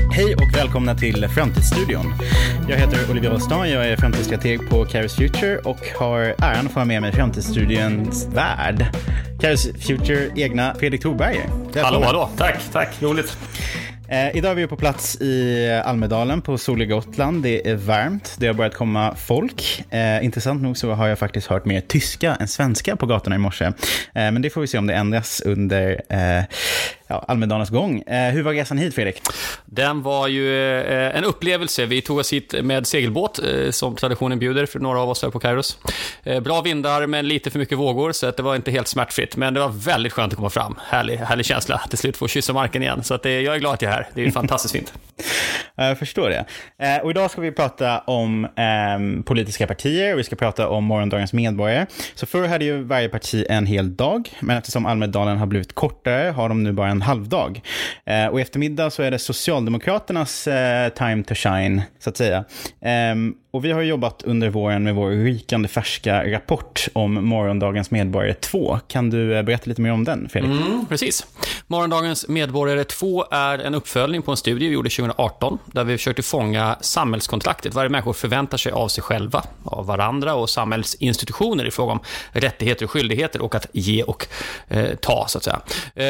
Hej och välkomna till Framtidsstudion. Jag heter Olivier Rostand, jag är framtidsstrateg på Kairos Future och har äran att få med mig Framtidsstudions värld. Kairos Future egna Fredrik Thorberger. Hallå, tack, roligt. Idag är vi på plats i Almedalen på soliga Gotland. Det är varmt, det har börjat komma folk. Intressant nog så har jag faktiskt hört mer tyska än svenska på gatorna i morse. Men det får vi se om det ändras under Almedalens gång. Hur var resan hit, Fredrik? Den var ju en upplevelse. Vi tog oss hit med segelbåt som traditionen bjuder för några av oss här på Kairos. Bra vindar men lite för mycket vågor så att det var inte helt smärtfritt. Men det var väldigt skönt att komma fram. Härlig känsla. Till slut få kyssa marken igen. Så att jag är glad att jag är här. Det är fantastiskt fint. Jag förstår det. Och idag ska vi prata om politiska partier och vi ska prata om morgondagens medborgare. Så förr hade ju varje parti en hel dag, men eftersom Almedalen har blivit kortare har de nu bara en halvdag. Och i eftermiddag så är det Socialdemokraternas time to shine, så att säga. Och vi har jobbat under våren med vår rykande färska rapport om morgondagens medborgare 2. Kan du berätta lite mer om den, Felix? Precis. Morgondagens medborgare 2 är en uppföljning på en studie vi gjorde 2018 där vi försökte fånga samhällskontraktet. Vad människor förväntar sig av sig själva, av varandra och samhällsinstitutioner i fråga om rättigheter och skyldigheter och att ge och ta, så att säga.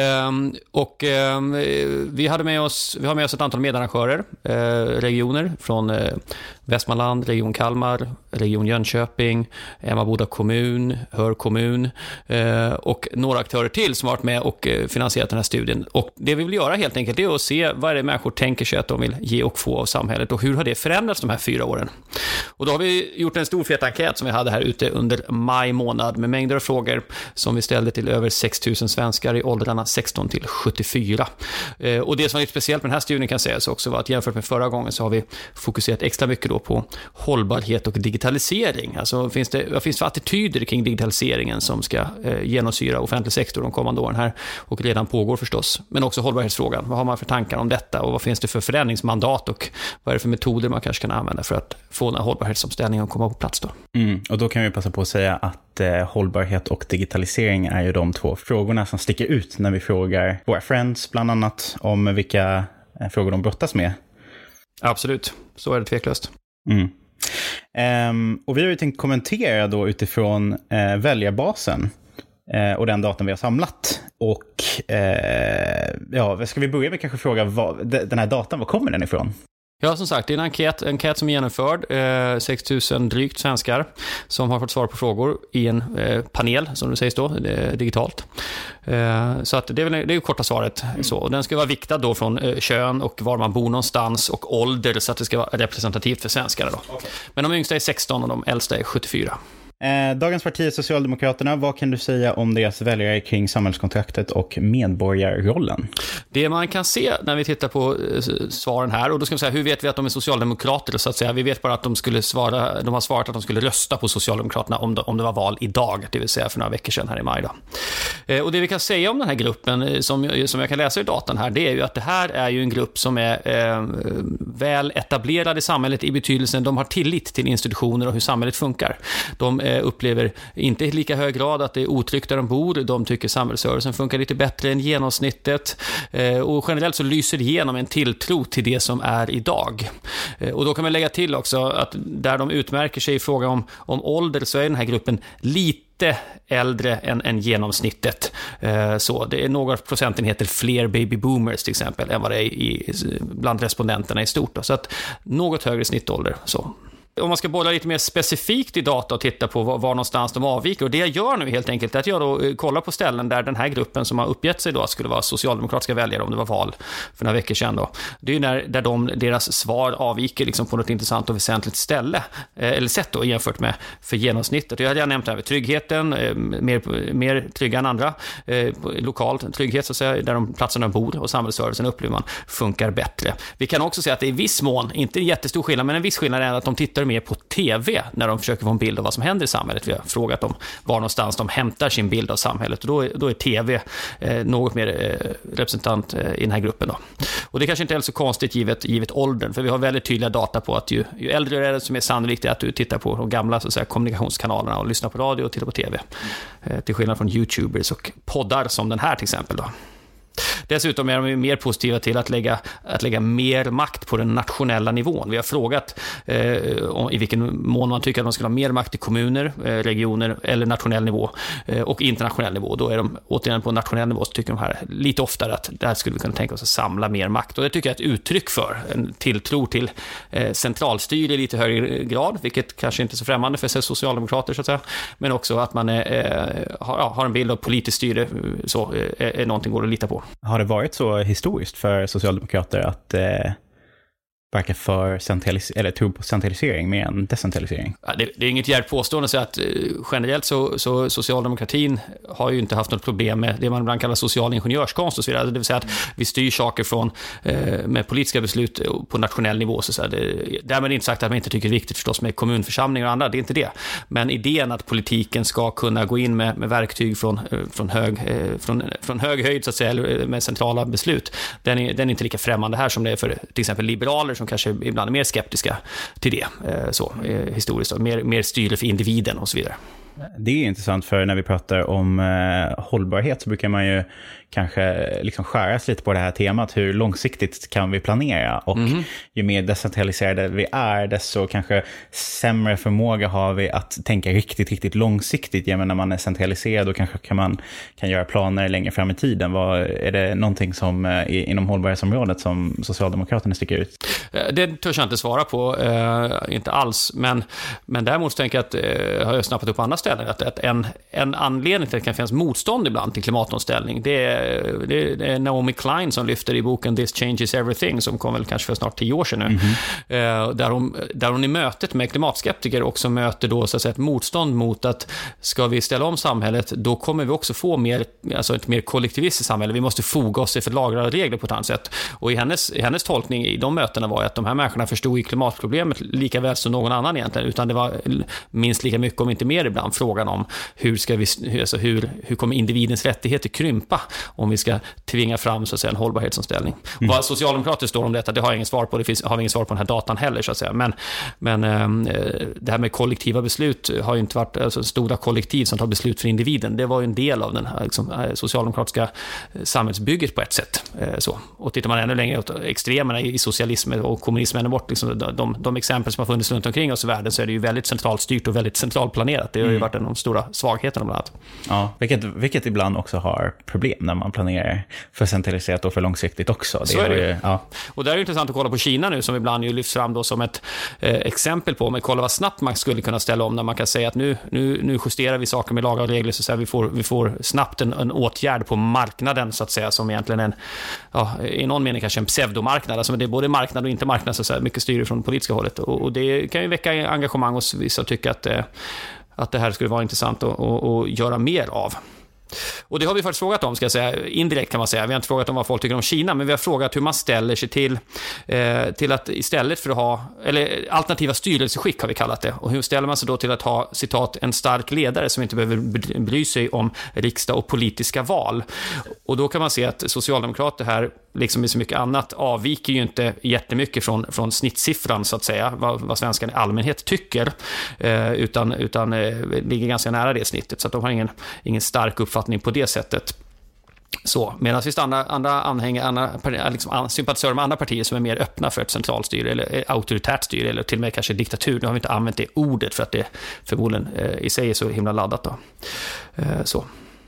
Vi har med oss ett antal medarrangörer, regioner från Västmanland, Region Kalmar, Region Jönköping, Emmaboda kommun, Hör kommun och några aktörer till som har varit med och finansierat den här studien. Och det vi vill göra helt enkelt är att se vad är det människor tänker sig att de vill ge och få av samhället och hur har det förändrats de här 4 åren. Och då har vi gjort en stor fet enkät som vi hade här ute under maj månad med mängder av frågor som vi ställde till över 6 000 svenskar i åldrarna 16 till 74. Och det som var lite speciellt med den här studien kan sägas också var att jämfört med förra gången så har vi fokuserat extra mycket då på hållbarhet och digitalisering. Alltså vad finns det för attityder kring digitaliseringen som ska genomsyra offentlig sektor de kommande åren här och redan pågår förstås. Men också hållbarhetsfrågan. Vad har man för tankar om detta och vad finns det för förändringsmandat och vad är det för metoder man kanske kan använda för att få den här hållbarhetsomställningen att komma på plats då? Och då kan vi passa på att säga att hållbarhet och digitalisering är ju de 2 frågorna som sticker ut när vi frågar våra friends bland annat om vilka frågor de brottas med. Absolut, så är det tveklöst. Och vi har ju tänkt kommentera då utifrån väljarbasen och den datan vi har samlat. Och ska vi börja med kanske fråga den här datan, var kommer den ifrån? Ja, som sagt, det är en enkät som är genomförd, 6 000 drygt svenskar som har fått svar på frågor i en panel, som det sägs då, digitalt. Så att det är ju korta svaret. Så. Och den ska vara viktad då från kön och var man bor någonstans och ålder så att det ska vara representativt för svenskar då. Okay. Men de yngsta är 16 och de äldsta är 74. Dagens parti är Socialdemokraterna. Vad kan du säga om deras väljare kring samhällskontraktet och medborgarrollen? Det man kan se när vi tittar på svaren här, och då ska vi säga, hur vet vi att de är socialdemokrater så att säga? Vi vet bara att de har svarat att de skulle rösta på Socialdemokraterna om det var val idag, det vill säga för några veckor sedan här i maj då. Och det vi kan säga om den här gruppen som jag kan läsa i datan här, det är ju att det här är ju en grupp som är väl etablerad i samhället i betydelsen de har tillit till institutioner och hur samhället funkar. De upplever inte i lika hög grad att det är otryggt där de bor. De tycker samhällsservicen funkar lite bättre än genomsnittet. Och generellt så lyser det igenom en tilltro till det som är idag. Och då kan man lägga till också att där de utmärker sig i fråga om ålder så är den här gruppen lite äldre än genomsnittet. Så det är några procentenheter fler baby boomers till exempel än vad det är bland respondenterna i stort. Då. Så att något högre snittålder så. Om man ska bolla lite mer specifikt i data och titta på var någonstans de avviker. Och det jag gör nu helt enkelt är att jag då kollar på ställen där den här gruppen som har uppgett sig då skulle vara socialdemokratiska väljare om det var val för några veckor sedan då. Det är ju där deras svar avviker liksom på något intressant och väsentligt ställe eller sätt då jämfört med för genomsnittet. Jag hade nämnt det här med tryggheten, mer trygga än andra, lokalt trygghet så att säga, där de platserna bor och samhällsservicen upplever man funkar bättre. Vi kan också säga att det är i viss mån, inte en jättestor skillnad, men en viss skillnad är att de tittar mer på tv när de försöker få en bild av vad som händer i samhället. Vi har frågat dem var någonstans de hämtar sin bild av samhället och då är tv något mer representant i den här gruppen då. Och det kanske inte är så konstigt givet åldern, för vi har väldigt tydliga data på att ju äldre du är som är sannolikt är att du tittar på de gamla så att säga, kommunikationskanalerna och lyssnar på radio och tittar på tv. Till skillnad från YouTubers och poddar som den här till exempel då. Dessutom är de ju mer positiva till att lägga mer makt på den nationella nivån. Vi har frågat i vilken mån man tycker att man ska ha mer makt i kommuner, regioner eller nationell nivå och internationell nivå. Då är de återigen på nationell nivå, så tycker de här lite oftare att där skulle vi kunna tänka oss att samla mer makt. Och det tycker jag är ett uttryck för en tilltro till centralstyre i lite högre grad, vilket kanske inte är så främmande för sig socialdemokrater så att säga, men också att man har en bild av politiskt styre, så är någonting går att lita på. Har det varit så historiskt för socialdemokrater att verka för tro på centralisering mer än decentralisering? Ja, det är inget djärvt påstående att säga att generellt så socialdemokratin har ju inte haft något problem med det man ibland kallar social ingenjörskonst och så vidare. Det vill säga att vi styr saker med politiska beslut på nationell nivå. Så därmed är inte sagt att man inte tycker det är viktigt förstås med kommunförsamlingar och andra, det är inte det. Men idén att politiken ska kunna gå in med verktyg från hög höjd så att säga, eller med centrala beslut, den är inte lika främmande här som det är för till exempel liberaler som kanske ibland är mer skeptiska till det historiskt, mer styre för individen och så vidare. Det är intressant, för när vi pratar om hållbarhet så brukar man ju kanske liksom skäras lite på det här temat. Hur långsiktigt kan vi planera? Och ju mer decentraliserade vi är, desto kanske sämre förmåga har vi att tänka riktigt, riktigt långsiktigt. Ja, men när man är centraliserad då kanske man kan göra planer längre fram i tiden. Är det någonting som inom hållbarhetsområdet som Socialdemokraterna sticker ut? Det törs jag inte svara på, inte alls. Men däremot tänker jag att har jag snappat upp på andra ställen att en anledning till att det kan finnas motstånd ibland till klimatomställning, det är Naomi Klein som lyfter i boken This Changes Everything, som kom väl kanske för snart 10 år sedan nu, där hon i mötet med klimatskeptiker också möter då så att säga ett motstånd mot att ska vi ställa om samhället, då kommer vi också få ett mer kollektivistiskt samhälle. Vi måste foga oss för lagar och regler på ett annat sätt. Och i hennes tolkning i de mötena var att de här människorna förstod i klimatproblemet lika väl som någon annan egentligen, utan det var minst lika mycket, om inte mer ibland, frågan om hur kommer individens rättigheter krympa om vi ska tvinga fram så att säga en hållbarhetsomställning. Vad socialdemokrater står om detta, det har jag ingen svar på. Det har vi ingen svar på den här datan heller så att säga. Men det här med kollektiva beslut har ju inte varit stora kollektiv som tar beslut för individen. Det var ju en del av den här socialdemokratiska samhällsbygget på ett sätt. Och tittar man ännu längre åt extremerna i socialismen och kommunismen bort, de exempel som har funnits runt omkring oss i världen, så är det ju väldigt centralt styrt och väldigt centralplanerat. Det har ju varit en av de stora svagheterna bland annat. Ja, vilket ibland också har problem när man planerar för centraliserat och för långsiktigt också. Så är det ju. Ja. Och där är det intressant att kolla på Kina nu, som ibland ju lyfts fram då som ett exempel på, men kolla vad snabbt man skulle kunna ställa om, när man kan säga att nu justerar vi saker med lagar och regler, så att vi får snabbt en åtgärd på marknaden så att säga, som egentligen i någon mening kanske en pseudomarknad, alltså det är både marknad och inte marknad, så mycket styr från det politiska hållet, och det kan ju väcka engagemang hos vissa, tycka att det här skulle vara intressant att göra mer av. Och det har vi faktiskt frågat om, ska jag säga, indirekt kan man säga. Vi har inte frågat om vad folk tycker om Kina, men vi har frågat hur man ställer sig till att istället för att ha, eller alternativa styrelseskick har vi kallat det, och hur ställer man sig då till att ha, citat, en stark ledare som inte behöver bry sig om riksdag och politiska val. Och då kan man se att socialdemokrater här, liksom i så mycket annat, avviker ju inte jättemycket från snittsiffran så att säga, vad svenskan i allmänhet tycker, utan ligger ganska nära det snittet, så att de har ingen stark uppfattning på det sättet. Så, medan visst andra sympatisörer med andra partier som är mer öppna för ett centralstyre eller auktoritärt styre, eller till och med kanske diktatur. Nu har vi inte använt det ordet för att det förmodligen i sig är så himla laddat då. Så.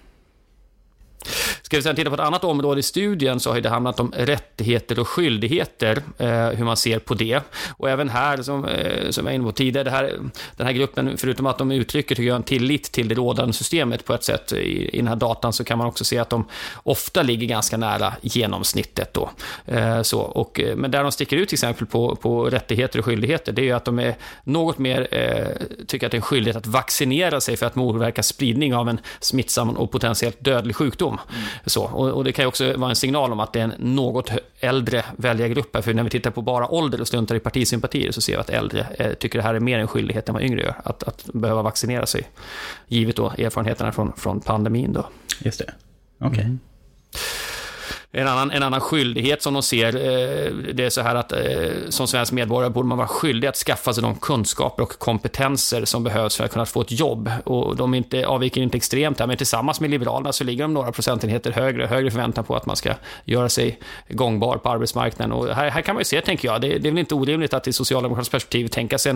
Ska vi sedan titta på ett annat område i studien, så har det handlat om rättigheter och skyldigheter, hur man ser på det. Och även här, som jag var inne på tidigare, den här gruppen, förutom att de uttrycker, tycker jag, en tillit till det rådande systemet på ett sätt i den här datan, så kan man också se att de ofta ligger ganska nära genomsnittet då. Men där de sticker ut till exempel på rättigheter och skyldigheter, det är ju att de är något mer, tycker att det är en skyldighet att vaccinera sig för att motverka spridning av en smittsam och potentiellt dödlig sjukdom. Och det kan ju också vara en signal om att det är en något äldre väljargrupp, för när vi tittar på bara ålder och struntar i partisympatier, så ser vi att äldre tycker det här är mer en skyldighet än vad yngre gör, att behöva vaccinera sig, givet då erfarenheterna från pandemin då. Just det, okej. En annan skyldighet som de ser, det är så här att som svensk medborgare borde man vara skyldig att skaffa sig de kunskaper och kompetenser som behövs för att kunna få ett jobb. Och de avviker inte extremt här, men tillsammans med Liberalerna så ligger de några procentenheter högre förväntan på att man ska göra sig gångbar på arbetsmarknaden. Och här kan man ju se, tänker jag, det är väl inte orimligt att i socialdemokratiskt perspektiv tänka sig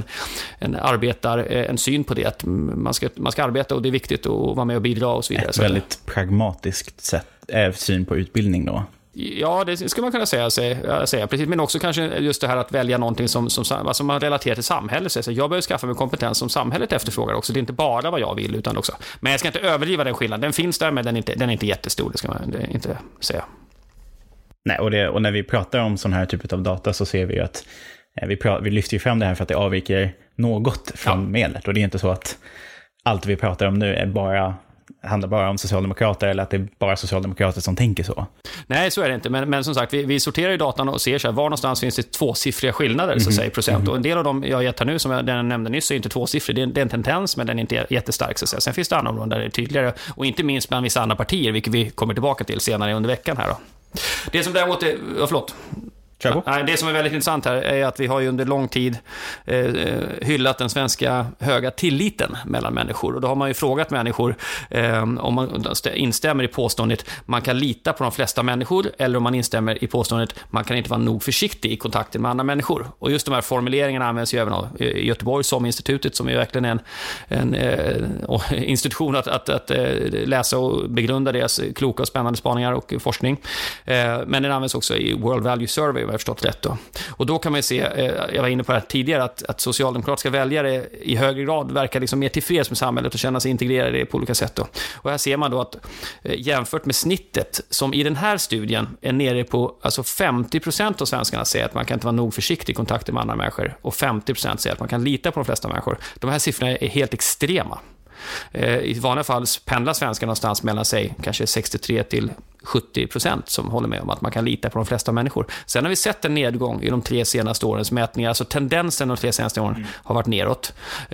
en syn på det, att man ska arbeta och det är viktigt att vara med och bidra och så vidare. Ett väldigt pragmatiskt syn på utbildning då. Ja, det skulle man kunna säga precis, men också kanske just det här att välja någonting som man relaterar till samhället. Så jag behöver skaffa mig kompetens som samhället efterfrågar också. Det är inte bara vad jag vill utan också. Men jag ska inte överdriva den skillnaden. Den finns där, men den är inte jättestor, det ska man inte säga. Nej, och när vi pratar om sån här typ av data så ser vi ju att vi lyfter ju fram det här för att det avviker något från medlet. Och det är inte så att allt vi pratar om nu handlar bara om socialdemokrater eller att det är bara socialdemokrater som tänker så. Nej, så är det inte. Men som sagt, vi sorterar ju datan och ser så här, var någonstans finns det tvåsiffriga skillnader, så att säga, procent. Och en del av dem jag har gett här nu, som jag nämnde nyss, är inte tvåsiffrig. Det är en tendens, men den är inte jättestark, så att säga. Sen finns det andra områden där det är tydligare. Och inte minst bland vissa andra partier, vilket vi kommer tillbaka till senare under veckan här då. Det som däremot är... förlåt. Det som är väldigt intressant här är att vi har ju under lång tid hyllat den svenska höga tilliten mellan människor. Och då har man ju frågat människor om man instämmer i påståendet man kan lita på de flesta människor, eller om man instämmer i påståendet man kan inte vara nog försiktig i kontakten med andra människor. Och just de här formuleringarna används ju även av Göteborg som institutet, som är verkligen en institution att läsa och begrunda deras kloka och spännande spaningar och forskning. Men den används också i World Value Survey, jag har förstått rätt då. Och då kan man se, jag var inne på det här tidigare, att socialdemokratiska väljare i högre grad verkar liksom mer tillfreds med samhället och känna sig integrerade på olika sätt då. Och här ser man då att jämfört med snittet, som i den här studien är nere på, alltså 50% av svenskarna säger att man kan inte vara nog försiktig i kontakter med andra människor, och 50% säger att man kan lita på de flesta människor. De här siffrorna är helt extrema. I vanliga fall pendlar svenskar någonstans mellan sig kanske 63-70% som håller med om att man kan lita på de flesta människor. Sen har vi sett en nedgång i de 3 senaste årens mätningar, alltså tendensen de 3 senaste åren har varit neråt,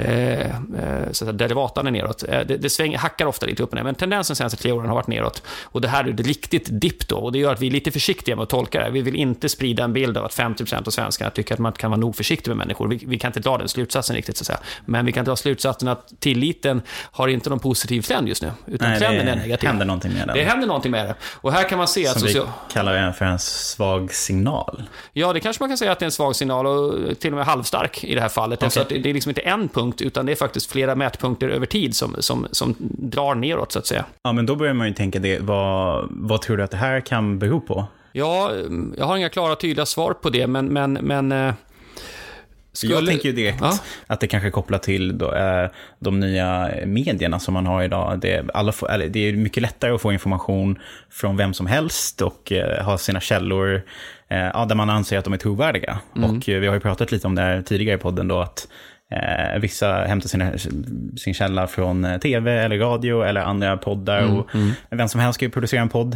så att derivatan är neråt. Det hackar ofta lite upp och ner, men tendensen senaste 3 åren har varit neråt, och det här är det riktigt dipp då, och det gör att vi är lite försiktiga med att tolka det. Vi vill inte sprida en bild av att 50% av svenskarna tycker att man kan vara nog försiktig med människor. Vi kan inte dra den slutsatsen riktigt, så att säga. Men vi kan dra slutsatsen att tilliten har inte någon positiv trend just nu, utan trenden är negativ. Händer någonting med det. Det händer någonting med det. Och här kan man se att vi kallar det för en svag signal. Ja, det kanske man kan säga att det är en svag signal, och till och med halvstark i det här fallet. Okay. Alltså att det är liksom inte en punkt, utan det är faktiskt flera mätpunkter över tid som drar neråt, så att säga. Ja, men då börjar man ju tänka det. Vad tror du att det här kan bero på? Ja, jag har inga klara tydliga svar på det, men jag tänker ju direkt att det kanske kopplar till de nya medierna som man har idag. Det är mycket lättare att få information från vem som helst och ha sina källor där man anser att de är trovärdiga. Och vi har ju pratat lite om det här tidigare i podden då, att vissa hämtar sin källa från tv eller radio eller andra poddar. Och vem som helst ska ju producera en podd.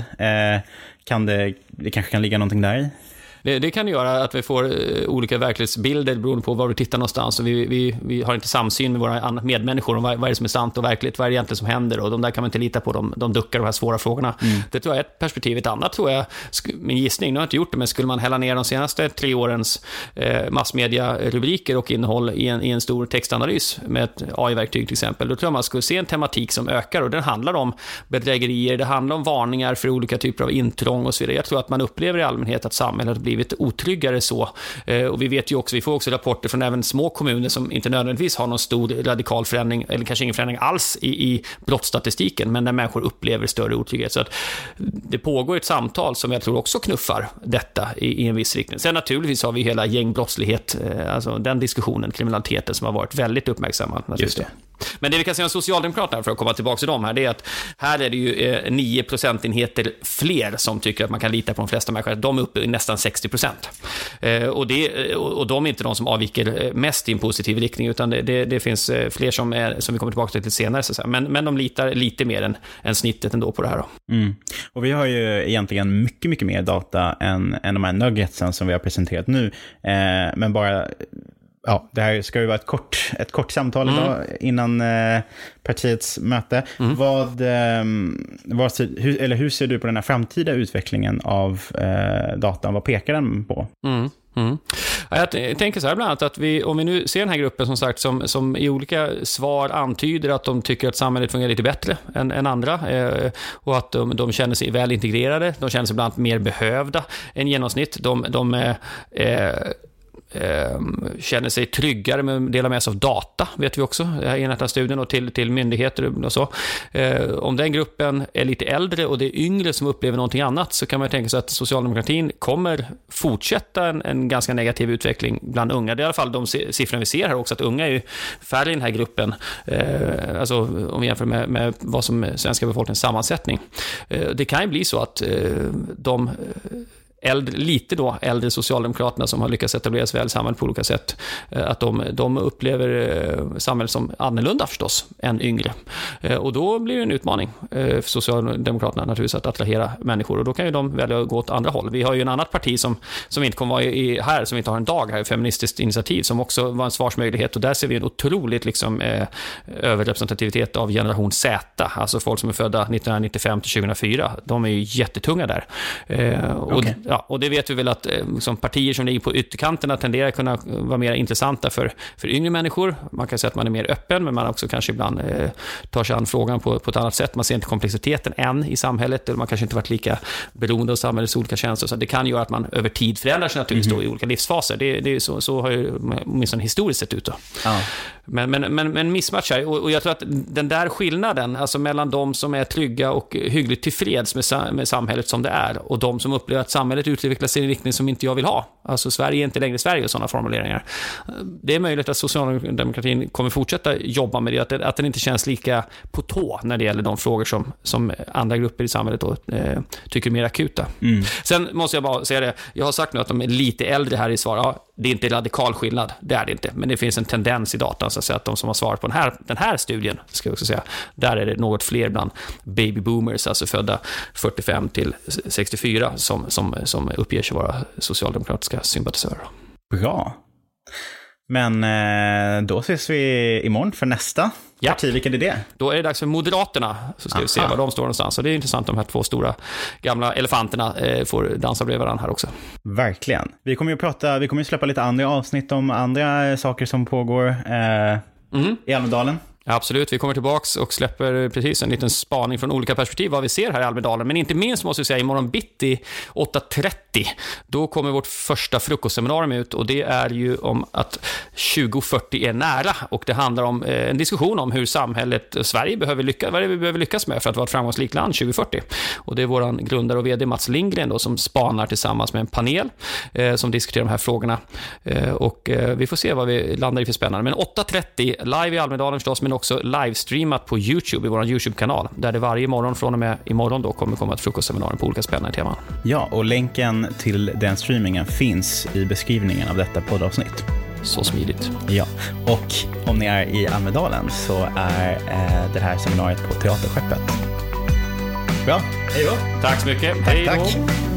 Det kanske kan ligga någonting där i. Det kan göra att vi får olika verklighetsbilder beroende på var vi tittar någonstans. Och vi har inte samsyn med våra medmänniskor om vad är det som är sant och verkligt, vad är det egentligen som händer, och de där kan man inte lita på, de duckar de här svåra frågorna. Det tror jag är ett perspektiv. Ett annat tror jag, min gissning, nu har jag inte gjort det, men skulle man hälla ner de senaste 3 årens massmedia-rubriker och innehåll i en stor textanalys med ett AI-verktyg till exempel, då tror jag man skulle se en tematik som ökar, och den handlar om bedrägerier, det handlar om varningar för olika typer av intrång och så vidare. Jag tror att man upplever i allmänhet att samhället blivit otryggare så. Och vi vet ju också, vi får också rapporter från även små kommuner som inte nödvändigtvis har någon stor radikal förändring, eller kanske ingen förändring alls i brottsstatistiken, men där människor upplever större otrygghet. Så att det pågår ett samtal som jag tror också knuffar detta i en viss riktning. Sen naturligtvis har vi hela gängbrottslighet, alltså den diskussionen, kriminaliteten, som har varit väldigt uppmärksammad. Just det. Men det vi kan säga om Socialdemokraterna, för att komma tillbaka till dem här, det är att här är det ju 9 procentenheter fler som tycker att man kan lita på de flesta människor. De är uppe i nästan 60%. Och de är inte de som avviker mest i en positiv riktning, utan det finns fler som vi kommer tillbaka till senare, så att säga. Men de litar lite mer än snittet ändå på det här då. Och vi har ju egentligen mycket, mycket mer data än de här nuggetsen som vi har presenterat nu. Men bara ja, det här ska ju vara ett kort samtal idag innan partiets möte. Hur ser du på den här framtida utvecklingen av datan? Vad pekar den på? Jag tänker så här bland annat att om vi nu ser den här gruppen som sagt som i olika svar antyder att de tycker att samhället fungerar lite bättre än andra och att de känner sig väl integrerade, de känner sig bland annat mer behövda än genomsnitt, de känner sig tryggare med att dela med sig av data, vet vi också i den här studien, och till myndigheter och så. Om den gruppen är lite äldre och det är yngre som upplever någonting annat, så kan man tänka sig att socialdemokratin kommer fortsätta en ganska negativ utveckling bland unga. Det är i alla fall de siffror vi ser här också, att unga är ju färre i den här gruppen, alltså om vi jämför med vad som är svenska befolkningens sammansättning. Det kan ju bli så att de äldre socialdemokraterna som har lyckats etablera sig väl i samhället på olika sätt, att de upplever samhället som annorlunda förstås än yngre. Och då blir det en utmaning för socialdemokraterna naturligtvis att attrahera människor, och då kan ju de välja att gå åt andra håll. Vi har ju en annat parti som inte kommer vara här, som inte har en dag här, Feministiskt initiativ, som också var en svarsmöjlighet, och där ser vi en otroligt överrepresentativitet av generation Z, alltså folk som är födda 1995 till 2004. De är ju jättetunga där. Och det vet vi väl att som partier som ligger på ytterkanterna tenderar att kunna vara mer intressanta för yngre människor. Man kan säga att man är mer öppen, men man också kanske ibland tar sig an frågan på ett annat sätt. Man ser inte komplexiteten än i samhället, eller man kanske inte varit lika beroende av samhällets olika tjänster. Så det kan göra att man över tid förändrar sig naturligtvis då i olika livsfaser. Det är så har ju åtminstone historiskt sett ut då. Ja. Men missmatch här, och jag tror att den där skillnaden, alltså mellan de som är trygga och hyggligt tillfreds med samhället som det är, och de som upplever att samhället utvecklas i en riktning som inte jag vill ha. Alltså Sverige är inte längre Sverige och sådana formuleringar. Det är möjligt att socialdemokratin kommer fortsätta jobba med det, att den inte känns lika på tå när det gäller de frågor som andra grupper i samhället då, tycker är mer akuta. Sen måste jag bara säga det, jag har sagt nu att de är lite äldre här i svar. Ja, det är inte radikal skillnad, det är det inte, men det finns en tendens i datan så att säga, att de som har svarat på den här studien, ska jag också säga, där är det något fler bland baby boomers, alltså födda 45 till 64 som uppger sig vara socialdemokratiska sympatisörer. Bra. Men då ses vi imorgon för nästa parti. Vilken är det? Då är det dags för Moderaterna, så ska vi se var de står någonstans. Så det är intressant, de här två stora gamla elefanterna får dansa bredvid varandra här också. Verkligen. Vi kommer ju släppa lite andra avsnitt om andra saker som pågår i Almedalen. Absolut, vi kommer tillbaks och släpper precis en liten spaning från olika perspektiv vad vi ser här i Almedalen. Men inte minst måste vi säga imorgon bitti 8:30. Då kommer vårt första frukostseminarium ut, och det är ju om att 2040 är nära, och det handlar om en diskussion om hur samhället Sverige behöver lyckas, vad det vi behöver lyckas med för att vara ett framgångsrikt land 2040. Och det är våran grundare och vd Mats Lindgren då, som spanar tillsammans med en panel som diskuterar de här frågorna. Och vi får se vad vi landar i för spännande. Men 8:30 live i Almedalen förstås, men också livestreamat på YouTube i vår YouTube-kanal, där det varje morgon från och med imorgon då kommer komma ett frukostseminarium på olika spännande teman. Ja, och länken till den streamingen finns i beskrivningen av detta poddavsnitt. Så smidigt. Ja, och om ni är i Almedalen så är det här seminariet på Teaterskeppet. Bra, hej då. Tack så mycket. Hej då. Tack.